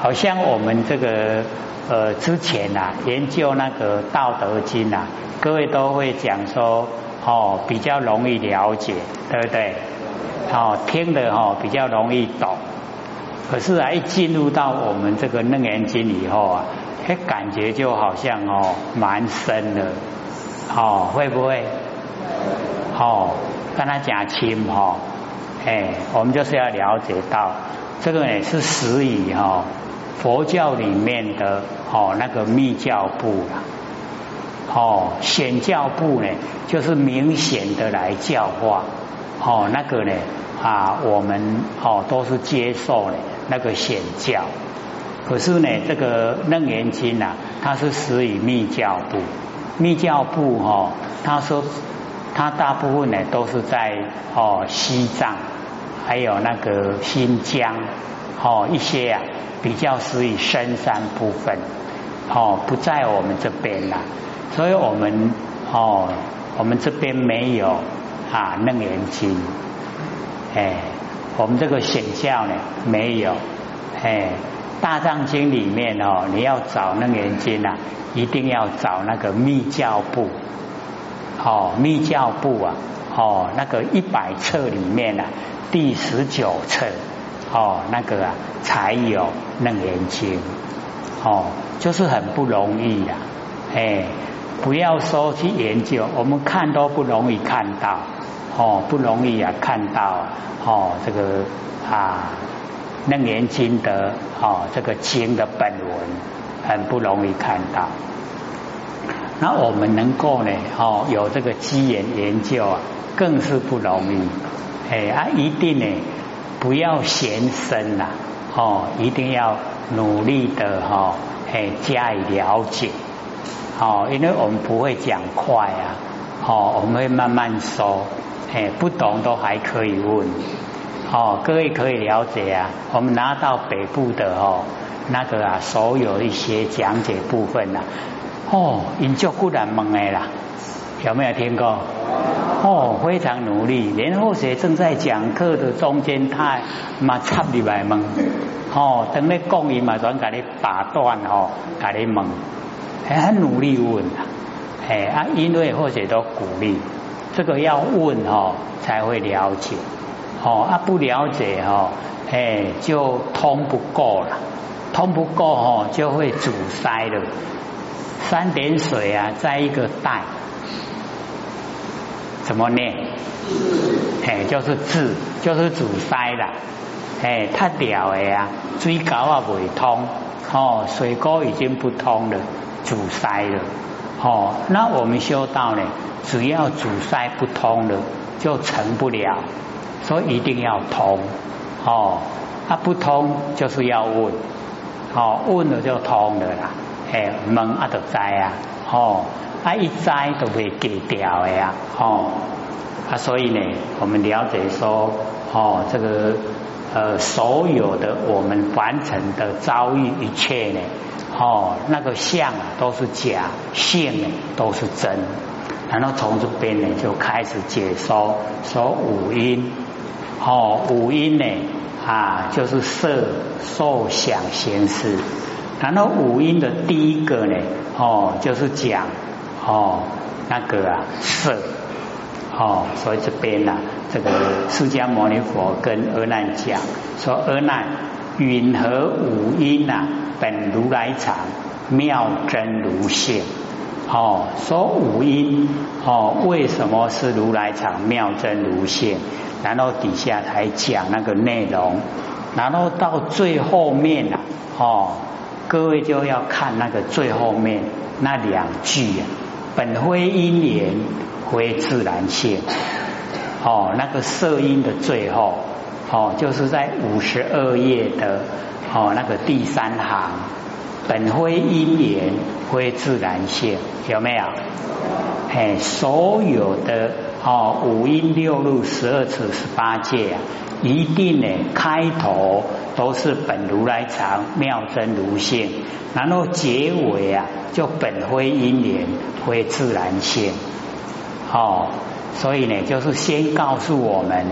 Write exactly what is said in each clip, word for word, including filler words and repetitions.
好像我们这个呃之前啊研究那个《道德经》啊，各位都会讲说哦比较容易了解，对不对？哦听的哦比较容易懂。可是啊一进入到我们这个《楞严经》以后啊，哎感觉就好像哦蛮深的，哦会不会？哦跟他讲清哦，哎我们就是要了解到这个呢是始于哦。佛教里面的哦那个密教部啦，哦显教部呢，就是明显的来教化，哦那个呢啊我们哦都是接受呢那个显教，可是呢这个楞严经啊，它是始于密教部，密教部哦，他说它大部分呢都是在哦西藏，还有那个新疆哦一些啊。比较属于深山部分，哦，不在我们这边啦，所以我们哦，我们这边没有啊楞严经，哎，我们这个显教呢没有，哎，大藏经里面哦，你要找楞严经啊，一定要找那个密教部，哦，密教部啊，哦，那个一百册里面啊，第十九册。哦，那个啊，才有楞严经，哦，就是很不容易啦，哎，不要说去研究，我们看都不容易看到，哦，不容易啊，看到哦，这个啊楞严经的哦，这个经的本文很不容易看到，那我们能够呢，哦，有这个机缘研究啊，更是不容易，哎啊，一定呢。不要嫌深啦，哦，一定要努力的哈、哦，哎，加以了解，哦，因为我们不会讲快啊，哦，我们会慢慢说，哎，不懂都还可以问，哦，各位可以了解啊，我们拿到北部的哦，那个啊，所有一些讲解部分啊，哦，研究固然猛的啦，有没有听过？哦，非常努力。莲后学正在讲课的中间，他嘛插入来问，哦，等你讲伊嘛转给你打断哦，给你问，还很努力问啊，哎啊，因为或者都鼓励，这个要问哦才会了解，哦啊不了解哦，哎就通不够了，通不够哦就会阻塞了。三点水啊，在一个袋。怎么念？哎，就是字，就是阻塞啦。哎，太掉的呀，水沟啊未通，哦，水沟已经不通了，阻塞了。哦，那我们修道呢，只要阻塞不通了，就成不了，所以一定要通。哦，啊不通就是要问，哦，问了就通了啦。哎，问啊就知啊，哦。啊，一摘都会给掉的呀，哦，啊，所以呢，我们了解说，哦，这个呃，所有的我们凡尘的遭遇一切呢，哦，那个相啊都是假，性呢都是真，然后从这边呢就开始解说说五阴，哦，五阴呢啊就是色、受、想、行、识，然后五阴的第一个呢，哦，就是讲。哦，那个啊色，哦，所以这边呢、啊，这个释迦牟尼佛跟阿难讲说，阿难允和五阴啊，本如来藏，妙真如性。哦，说五阴哦，为什么是如来藏妙真如性？然后底下才讲那个内容，然后到最后面啊，哦，各位就要看那个最后面那两句啊。本非因缘，非自然性。哦，那个色音的最后，哦，就是在五十二页的哦那个第三行，本非因缘，非自然性，有没有？哎，所有的哦五音六路、十二处、十八界啊，一定呢开头都是本如来藏，妙真如性，然后结尾啊就本非因缘，非自然性。哦，所以呢就是先告诉我们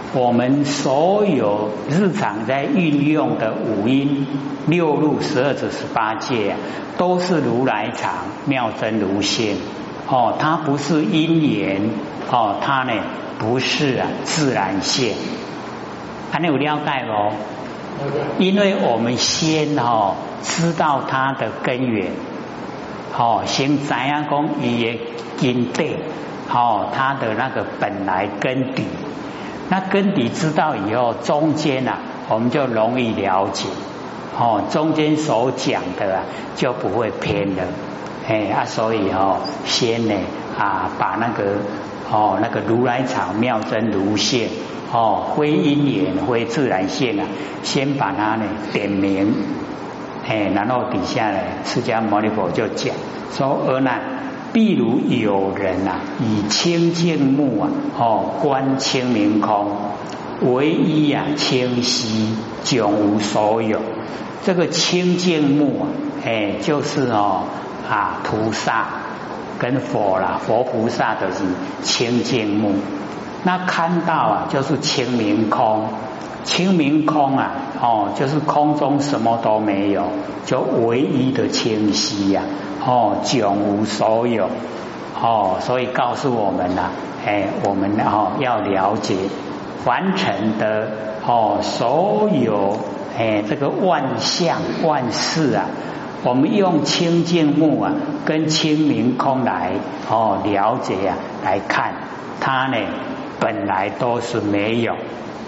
我们所有日常在运用的五音六路十二指十八界啊，都是如来藏妙真如性哦，它不是因缘哦，它呢不是啊自然性。还、啊、有了解吗？因为我们先哦知道它的根源，哦，先知影讲伊的根底，哦，它的那个本来根底。那根底知道以后，中间啊，我们就容易了解，哦，中间所讲的啊，就不会偏了，哎啊，所以哦，先呢啊，把那个哦那个如来藏妙真如性，哦，非因缘非自然性啊，先把它呢点明，哎，然后底下呢，释迦牟尼佛就讲说，阿难。譬如有人啊，以清净目啊，哦，观清明空，唯一啊清晰，迥无所有。这个清净目啊，哎，就是哦啊，菩萨跟佛啦，佛菩萨的是清净目。那看到啊，就是清明空，清明空啊，哦，就是空中什么都没有，就唯一的清晰呀、啊。哦，迥无所有哦，所以告诉我们呐、啊，哎，我们哦要了解凡尘的哦所有哎这个万象万事啊，我们用清净目啊跟清明空来哦了解啊来看，它呢本来都是没有。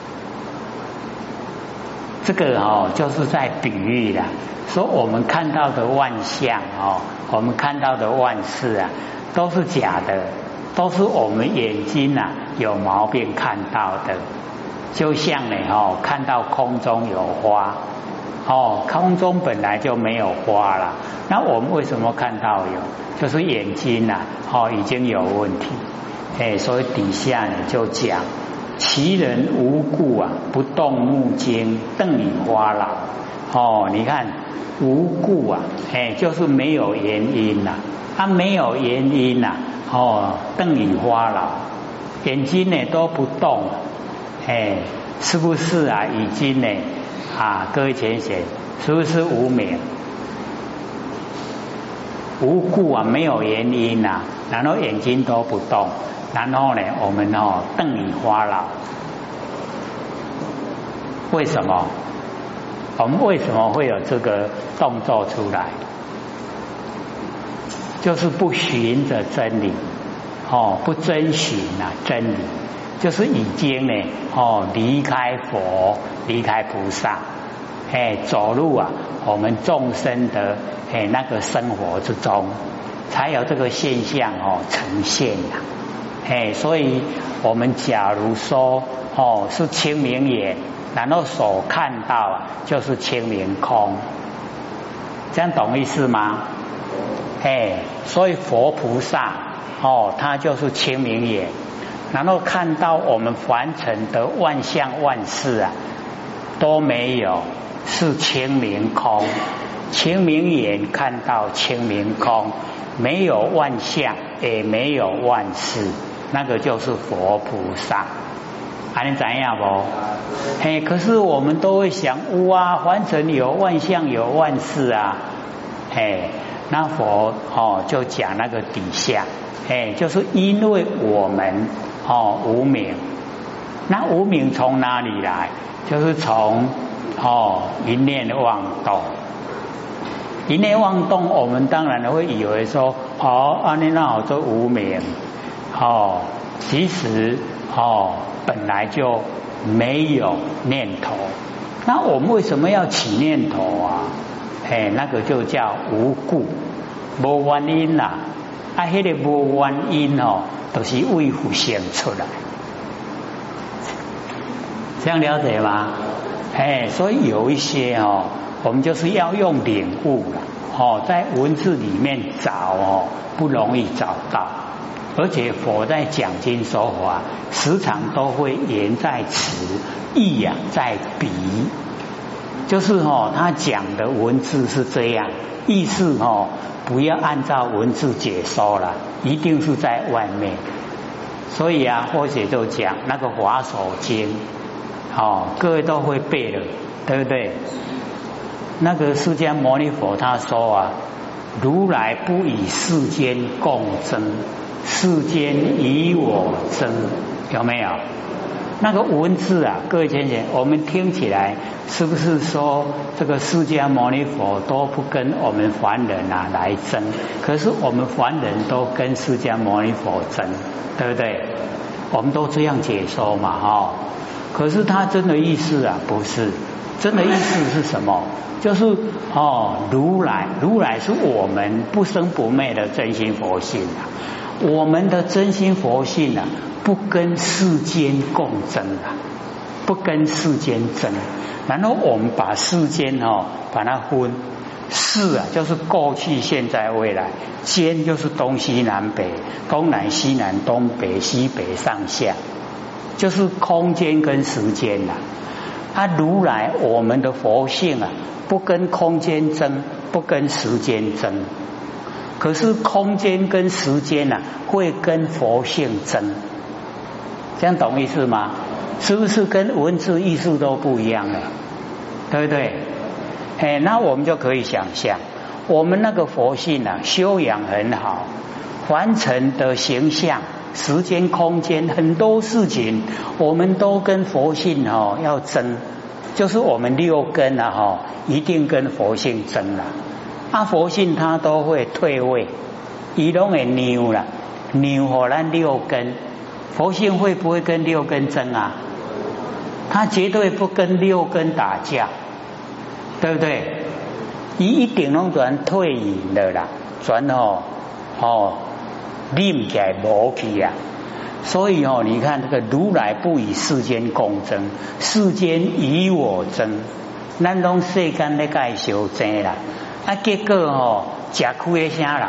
这个哦，就是在比喻啦，说我们看到的万象哦，我们看到的万事啊，都是假的，都是我们眼睛啊有毛病看到的。就像呢哦，看到空中有花，哦，空中本来就没有花啦，那我们为什么看到有？就是眼睛啊哦已经有问题，哎，所以底下呢就讲。其人无故啊，不动目睛，瞪以花老。哦，你看无故啊，哎，就是没有原因呐、啊，它、啊、没有原因呐、啊，哦，瞪以花老，眼睛呢都不动，哎，是不是啊？已经呢啊，各位浅显，是不是无明？无故啊，没有原因呐、啊，然后眼睛都不动。然后呢，我们哦瞪以花老，为什么？我们为什么会有这个动作出来？就是不循着真理，哦，不遵循啊真理，就是已经呢哦离开佛，离开菩萨，哎，走入啊我们众生的哎那个生活之中，才有这个现象哦呈现啊。哎，所以我们假如说哦是清明眼，然后所看到啊就是清明空，这样懂意思吗？哎，所以佛菩萨哦他就是清明眼，然后看到我们凡尘的万象万事啊都没有，是清明空，清明眼看到清明空，没有万象也没有万事。那个就是佛菩萨，啊，你知样不？嘿，可是我们都会想，哇，凡尘有万象有万事啊，嘿，那佛哦就讲那个底下，嘿，就是因为我们哦无明，那无明从哪里来？就是从哦一念妄动，一念妄动，我们当然会以为说，哦，啊，你那好做无明。哦，其实哦本来就没有念头，那我们为什么要起念头啊？哎，那个就叫无故，无原因啦、啊。啊，那个无原因哦，都、就是为复现出来，这样了解吗？哎，所以有一些哦，我们就是要用领悟了哦，在文字里面找哦，不容易找到。而且佛在讲经说法，时常都会言在词，意啊在笔，就是哦，他讲的文字是这样，意思哦，不要按照文字解说了，一定是在外面。所以啊，或者就讲那个华首经哦，各位都会背了，对不对？那个释迦牟尼佛他说啊，如来不以世间共争，世间以我争，有没有？那个文字啊，各位先生，我们听起来是不是说这个释迦牟尼佛都不跟我们凡人啊来争？可是我们凡人都跟释迦牟尼佛争，对不对？我们都这样解说嘛，哈、哦。可是他真的意思啊，不是真的意思是什么？就是哦，如来，如来是我们不生不灭的真心佛性啊，我们的真心佛性啊。不跟世间共争啊，不跟世间争。然后我们把世间哦，把它分世啊，就是过去、现在、未来；间就是东西南北、东南西南、东北西北、上下，就是空间跟时间呐、啊。啊，如来我们的佛性啊，不跟空间争，不跟时间争。可是空间跟时间呐、啊，会跟佛性争。这样懂意思吗？是不是跟文字艺术都不一样了？对不对？哎，那我们就可以想象，我们那个佛性啊，修养很好，凡尘的形象、时间、空间很多事情，我们都跟佛性哦要争，就是我们六根啊哈，一定跟佛性争了。啊，佛性它都会退位，伊拢会让啦，让互咱六根。佛性会不会跟六根争啊？他绝对不跟六根打架，对不对？伊一定拢转退隐的啦，转哦哦，นิ่起来无去啊。所以哦，你看这个如来不以世间共争，世间以我争，咱拢世间咧介相争啦。啊，结果哦，吃亏的啥人？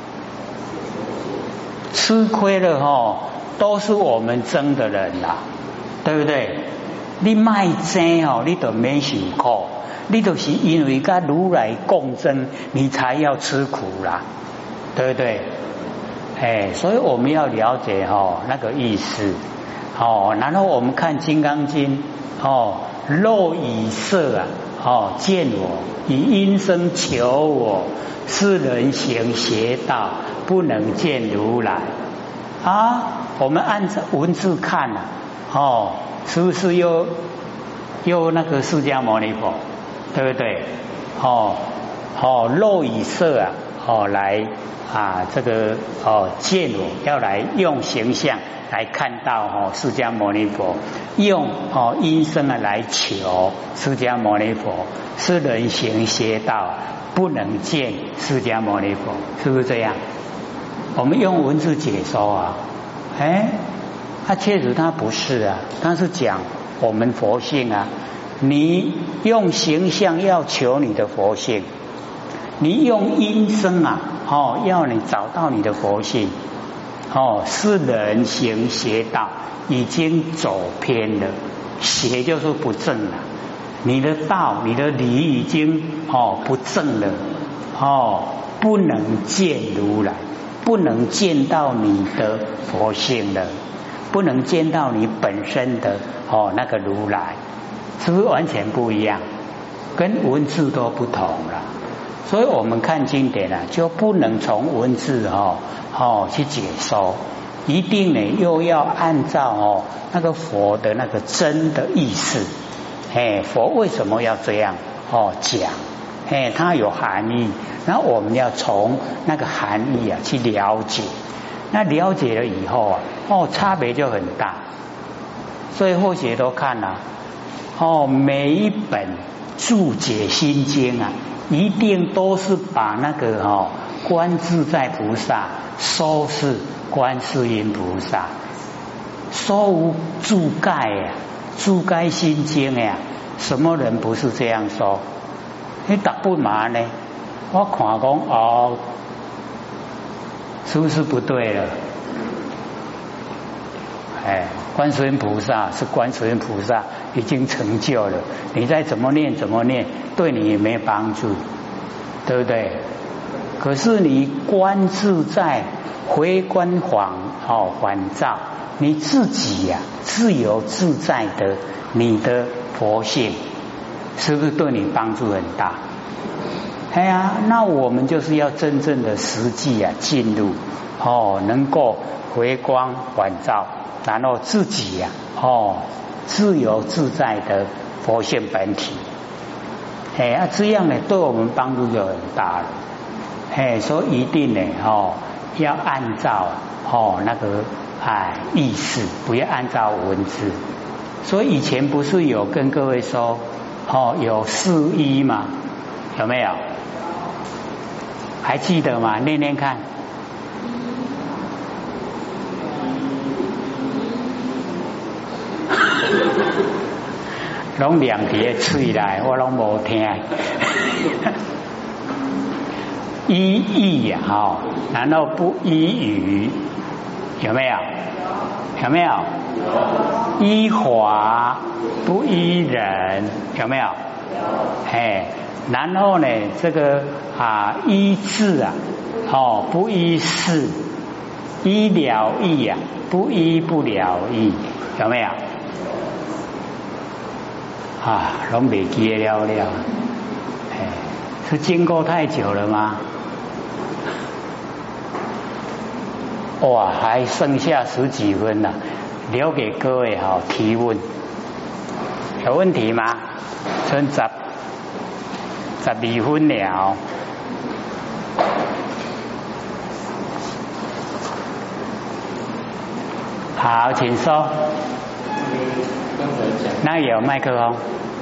吃亏了哦。都是我们争的人啦，对不对？你卖争哦，你就免受苦，你就是因为跟如来共争，你才要吃苦啦，对不对？哎，所以我们要了解哦那个意思哦，然后我们看《金刚经》哦，肉以色啊哦见我，以音声求我，是人行邪道，不能见如来。啊，我们按照文字看啊，哦，是不是又又那个释迦牟尼佛，对不对？哦哦，肉以色啊，哦来啊这个哦见我，要来用形象来看到哦释迦牟尼佛，用哦音声啊来求释迦牟尼佛，是人行邪道，不能见释迦牟尼佛，是不是这样？我们用文字解说啊，哎，他确实他不是啊，他是讲我们佛性啊，你用形象要求你的佛性，你用音声啊，哦，要你找到你的佛性，哦，是人行邪道，已经走偏了，邪就是不正了，你的道，你的理已经哦不正了，哦，不能见如来。不能见到你的佛性了，不能见到你本身的哦那个如来，是不是完全不一样？跟文字都不同了。所以我们看经典啊，就不能从文字哦哦去解说，一定呢又要按照哦那个佛的那个真的意思，哎，佛为什么要这样哦讲？哎，它有含义，然后我们要从那个含义啊去了解，那了解了以后啊，哦，差别就很大。所以或许都看了、啊，哦，每一本注解心经啊，一定都是把那个哦观自在菩萨说是观世音菩萨，说无注解啊，注解心经呀、啊，什么人不是这样说？你读不嘛呢？我看讲哦，是不是不对了？哎，观世音菩萨是观世音菩萨已经成就了，你再怎么念怎么念，对你也没帮助，对不对？可是你观自在，回观恍哦反照，你自己呀、啊、自由自在的你的佛性是不是对你帮助很大？哎呀，那我们就是要真正的实际啊进入哦，能够回光返照，然后自己呀、啊、哦自由自在的佛性本体。哎啊，这样呢对我们帮助就很大了。哎，所以一定呢哦要按照哦那个哎意识，不要按照文字。所以以前不是有跟各位说哦有四一吗？有没有？还记得吗？念念看。拢两叠嘴来，我拢无听。依义呀，哈，然后不依语，有没有？有没有？依法不依人，有没有？哎，然后呢，这个啊依智啊，哦不依事，依了义啊，不依不了义，有没有？啊，拢未记了了，哎，是经过太久了吗？哇，还剩下十几分了，留给各位好提问，有问题吗？剩十十二分了。好，请说。那有麦克风。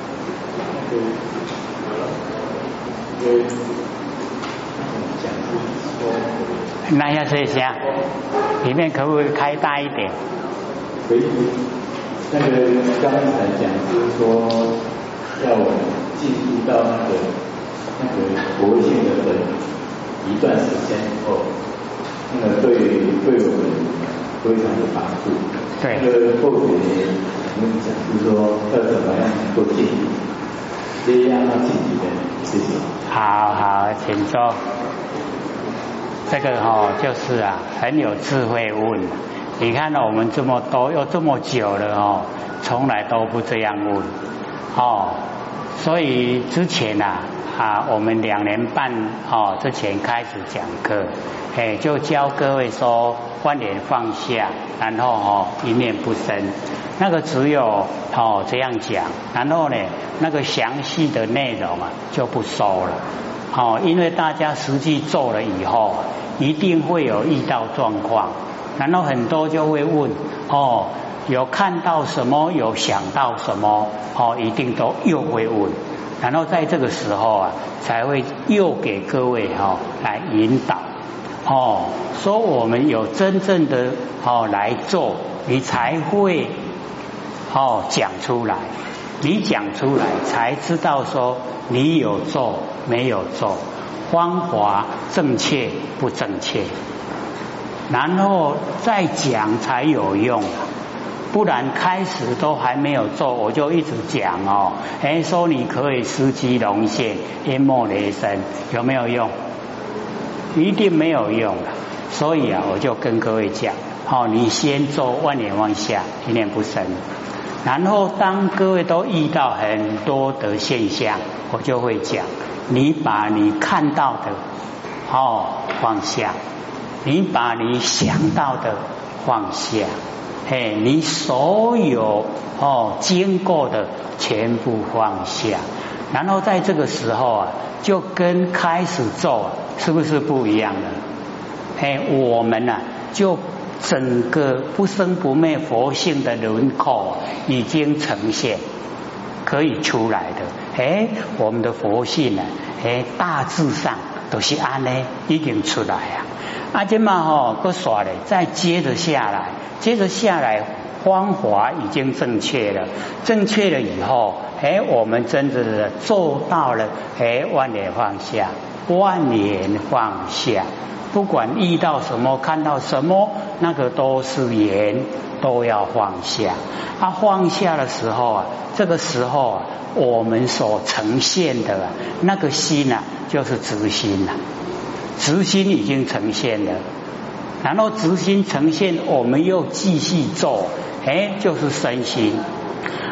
那要这下，里面可不可以开大一点？ 可以。那个刚才讲就是说，要我们进入到那个那个佛性的本一段时间以后，那个对对我们非常有帮助。 对。 那个后面我们讲就是说，要怎么样能够进入，这样要进入的事情。 好好，请说。这个哦，就是啊，很有智慧问。你看到、哦、我们这么多又这么久了哦，从来都不这样问哦。所以之前啊啊，我们两年半哦之前开始讲课，哎，就教各位说观念放下，然后哦一念不生。那个只有哦这样讲，然后呢，那个详细的内容啊就不说了。哦，因为大家实际做了以后，一定会有遇到状况，然后很多就会问哦，有看到什么，有想到什么，哦，一定都又会问，然后在这个时候啊，才会又给各位哈、哦、来引导哦，说我们有真正的哦来做，你才会哦讲出来。你讲出来才知道说你有做没有做，方法正确不正确，然后再讲才有用，不然开始都还没有做我就一直讲哦，哎说你可以失机龙现淹没雷声，有没有用？一定没有用的。所以啊我就跟各位讲哦，你先做万念往下，一念不生。然后当各位都遇到很多的现象，我就会讲，你把你看到的哦放下，你把你想到的放下，嘿，你所有哦经过的全部放下。然后在这个时候啊，就跟开始做是不是不一样的？嘿，我们啊就整个不生不灭佛性的轮廓已经呈现，可以出来的。哎，我们的佛性呢、啊，哎，大致上都是安呢，已经出来啊。啊，这嘛吼，个耍嘞，再接着下来，接着下来，方法已经正确了，正确了以后，哎，我们真正的做到了，哎，万念放下，万念放下。不管遇到什么，看到什么，那个都是缘，都要放下。啊，放下的时候啊，这个时候啊，我们所呈现的、啊、那个心啊，就是直心了、啊。直心已经呈现了，然后直心呈现，我们又继续做，哎，就是身心。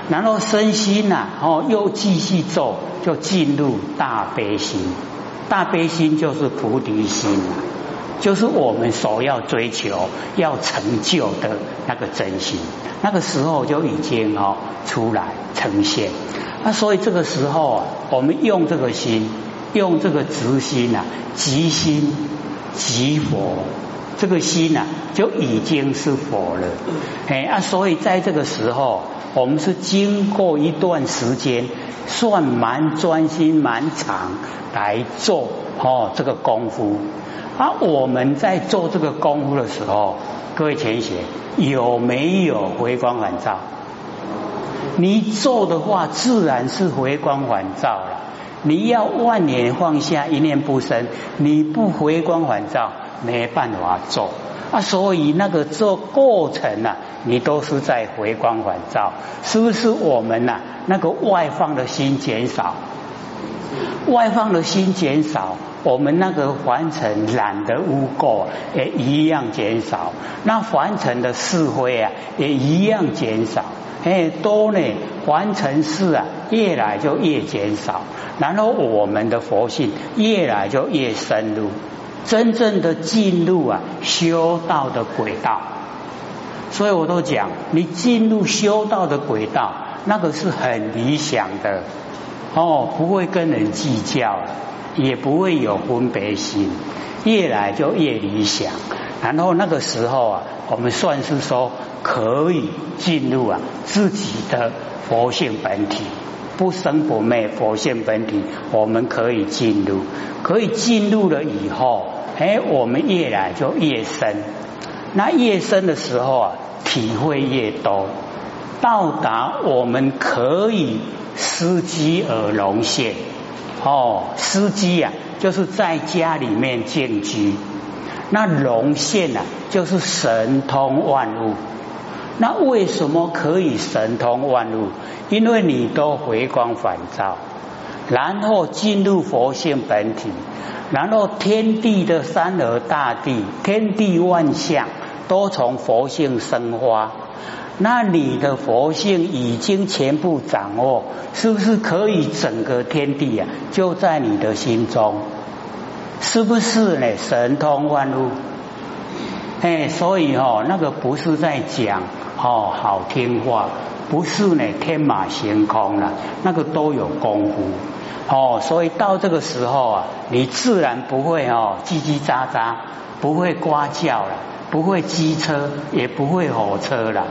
然后身心呐、啊，哦，又继续做，就进入大悲心。大悲心就是菩提心啊，就是我们所要追求、要成就的那个真心。那个时候就已经哦出来呈现。那所以这个时候啊，我们用这个心，用这个直心啊，即心即佛。这个心啊，就已经是佛了。哎啊，所以在这个时候，我们是经过一段时间，算蛮专心、蛮长来做哦这个功夫。啊，我们在做这个功夫的时候，各位前学有没有回光返照？你做的话，自然是回光返照了。你要万年放下，一念不生，你不回光返照，没办法做啊。所以那个做过程啊，你都是在回光返照，是不是？我们呐、啊，那个外放的心减少，外放的心减少，我们那个凡尘染的污垢也一样减少，那凡尘的是非啊也一样减少。哎，都呢，凡尘事啊，越来就越减少，然后我们的佛性越来就越深入，真正的进入啊修道的轨道。所以我都讲，你进入修道的轨道，那个是很理想的哦，不会跟人计较，也不会有分别心，越来就越理想。然后那个时候啊，我们算是说可以进入啊自己的佛性本体，不生不灭佛性本体，我们可以进入，可以进入了以后，哎，我们越来就越深。那越深的时候啊，体会越多，到达我们可以施机而容现。哦，施机啊，就是在家里面静居。那容现啊，就是神通万物。那为什么可以神通万物？因为你都回光返照，然后进入佛性本体，然后天地的山河大地、天地万象都从佛性生发。那你的佛性已经全部掌握，是不是可以整个天地啊就在你的心中？是不是呢？神通万物。哎，所以哦，那个不是在讲哦好听话，不是呢天马行空了，那个都有功夫哦。所以到这个时候啊，你自然不会哦叽叽喳喳，不会呱叫了，不会机车，也不会火车了，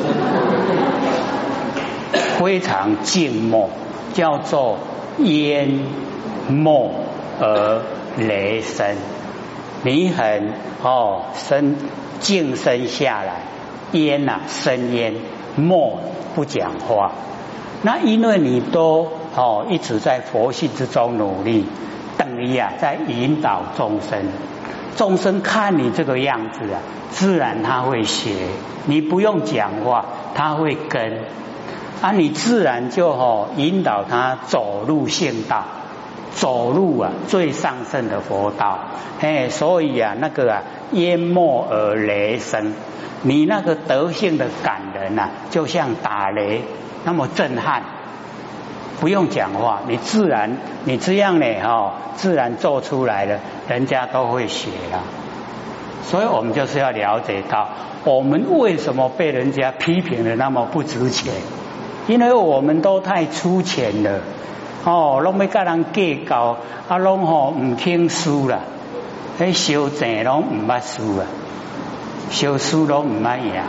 非常静默，叫做淹没而雷声。你很哦身静身下来，烟呐生烟，默不讲话。那因为你都哦一直在佛性之中努力，等于啊在引导众生。众生看你这个样子啊，自然他会学，你不用讲话，他会跟啊，你自然就哦引导他走入圣道。走入啊最上乘的佛道，哎，所以啊那个啊淹没而雷声，你那个德性的感人啊，就像打雷那么震撼，不用讲话，你自然你这样呢哦，自然做出来了，人家都会学了。所以我们就是要了解到，我们为什么被人家批评的那么不值钱，因为我们都太粗浅了。哦，拢要甲人计较，啊，拢吼唔轻输啦，迄烧钱拢唔捌输啊，烧输拢唔捌赢，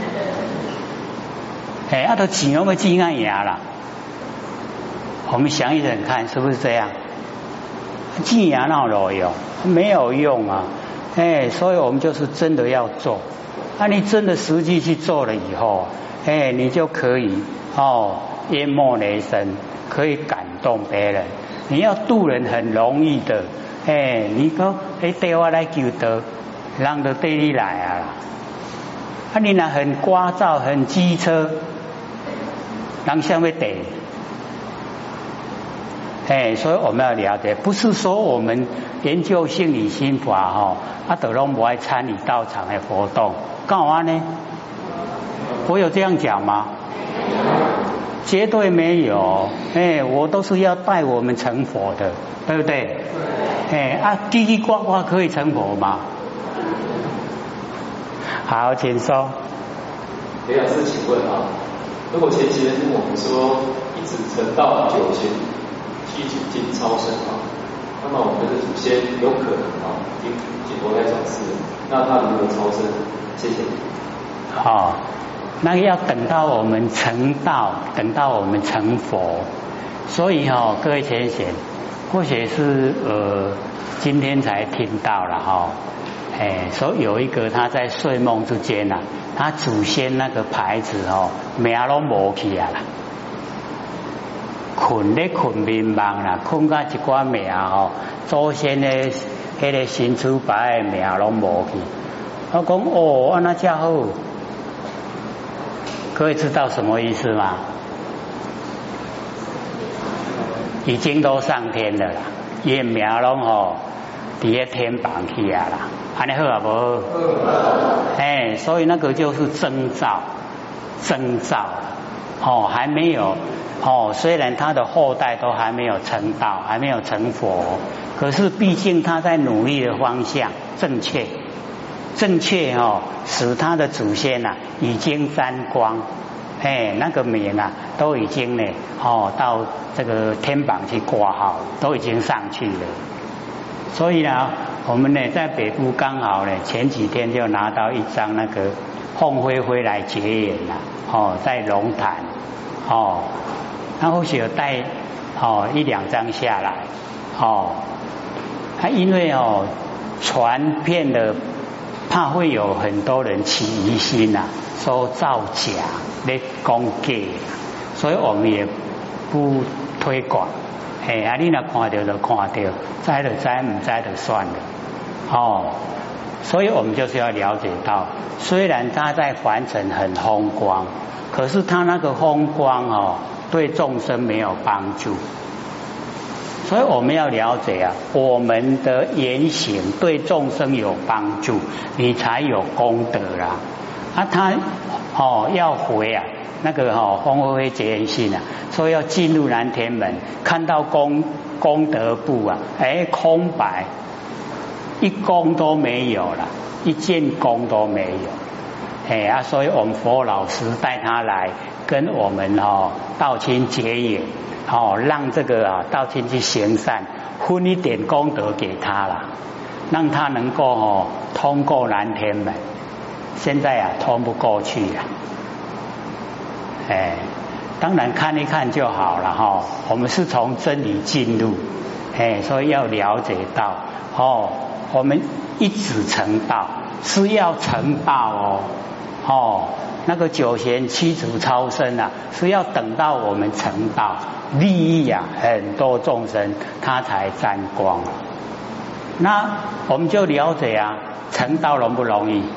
哎，啊，都钱拢要钱啊赢啦。我们想一想看，是不是这样？钱赢哪有用？没有用啊，哎，所以我们就是真的要做。啊，你真的实际去做了以后，哎，你就可以哦淹没雷声。可以感动别人，你要度人很容易的，哎，你讲哎对我来求得，人就对你来啊，啊你若很聒噪、很机车，人想要对，哎，所以我们要了解，不是说我们研究心理心法哈，啊都拢不爱参与道场的活动，干嘛呢？我有这样讲吗？ 绝对没有，哎，我都是要带我们成佛的，对不对？哎啊，叽叽呱呱可以成佛吗？好，请说。 雷老师，请问啊，如果前几天我们说一直成道九贤七祖尽超生啊，那么我们的祖先有可能啊，已经进投胎转世，那他如何超生？谢谢。 好。那要等到我们成道，等到我们成佛，所以哈、哦，各位浅显，或许是呃今天才听到了哈、哦，哎，说有一个他在睡梦之间呐、啊，他祖先那个牌子哦，命拢无去啊啦，困咧困眠梦啦，困到一寡命哦，祖先的迄个新出牌的命拢无去，我讲哦，安那遮好。各位知道什么意思吗？已经都上天了啦，伊命拢吼伫咧天房去啊啦，安尼好啊无好？哎，所以那个就是征兆，征兆哦，还没有哦，虽然他的后代都还没有成道，还没有成佛，可是毕竟他在努力的方向正确。正确哦，使他的祖先呐、啊、已经沾光，哎，那个名啊都已经呢哦到这个天榜去挂号，都已经上去了。所以呢，我们呢在北部刚好呢前几天就拿到一张那个凤飞飞来结缘了，哦，在龙潭，哦，他或许有带哦一两张下来，哦，他因为哦传遍了。怕会有很多人起疑心呐、啊，说造假、咧讲假，所以我们也不推广。哎，啊，你若看到就看到，知就知，唔知就算了。哦，所以我们就是要了解到，虽然他在凡尘很风光，可是他那个风光哦，对众生没有帮助。所以我们要了解啊，我们的言行对众生有帮助，你才有功德啦。啊，他哦要回啊，那个哦凤飞飞结缘性啊，说要进入南天门，看到功功德簿啊，哎空白，一功都没有了，一件功都没有。哎啊，所以我们佛老师带他来跟我们哦道亲结缘。哦，让这个啊道亲去行善，分一点功德给他啦，让他能够哦通过南天门。现在啊通不过去啊，哎，当然看一看就好了哈、哦。我们是从真理进入，哎，所以要了解到哦，我们一直成道是要成道哦，哦，那个九贤七祖超生啊，是要等到我们成道。利益啊，很多众生他才沾光。那我们就了解啊，成道容不容易？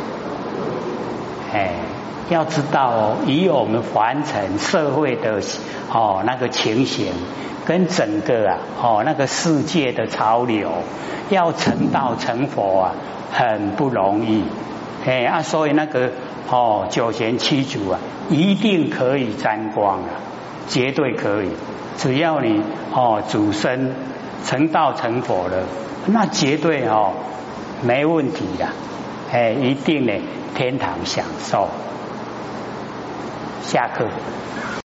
哎，要知道哦，以我们凡尘社会的哦那个情形，跟整个啊哦那个世界的潮流，要成道成佛啊，很不容易。哎啊，所以那个哦九贤七祖啊，一定可以沾光啊。绝对可以，只要你哦主身成道成佛了，那绝对哦没问题的，哎，一定呢天堂享受。下课。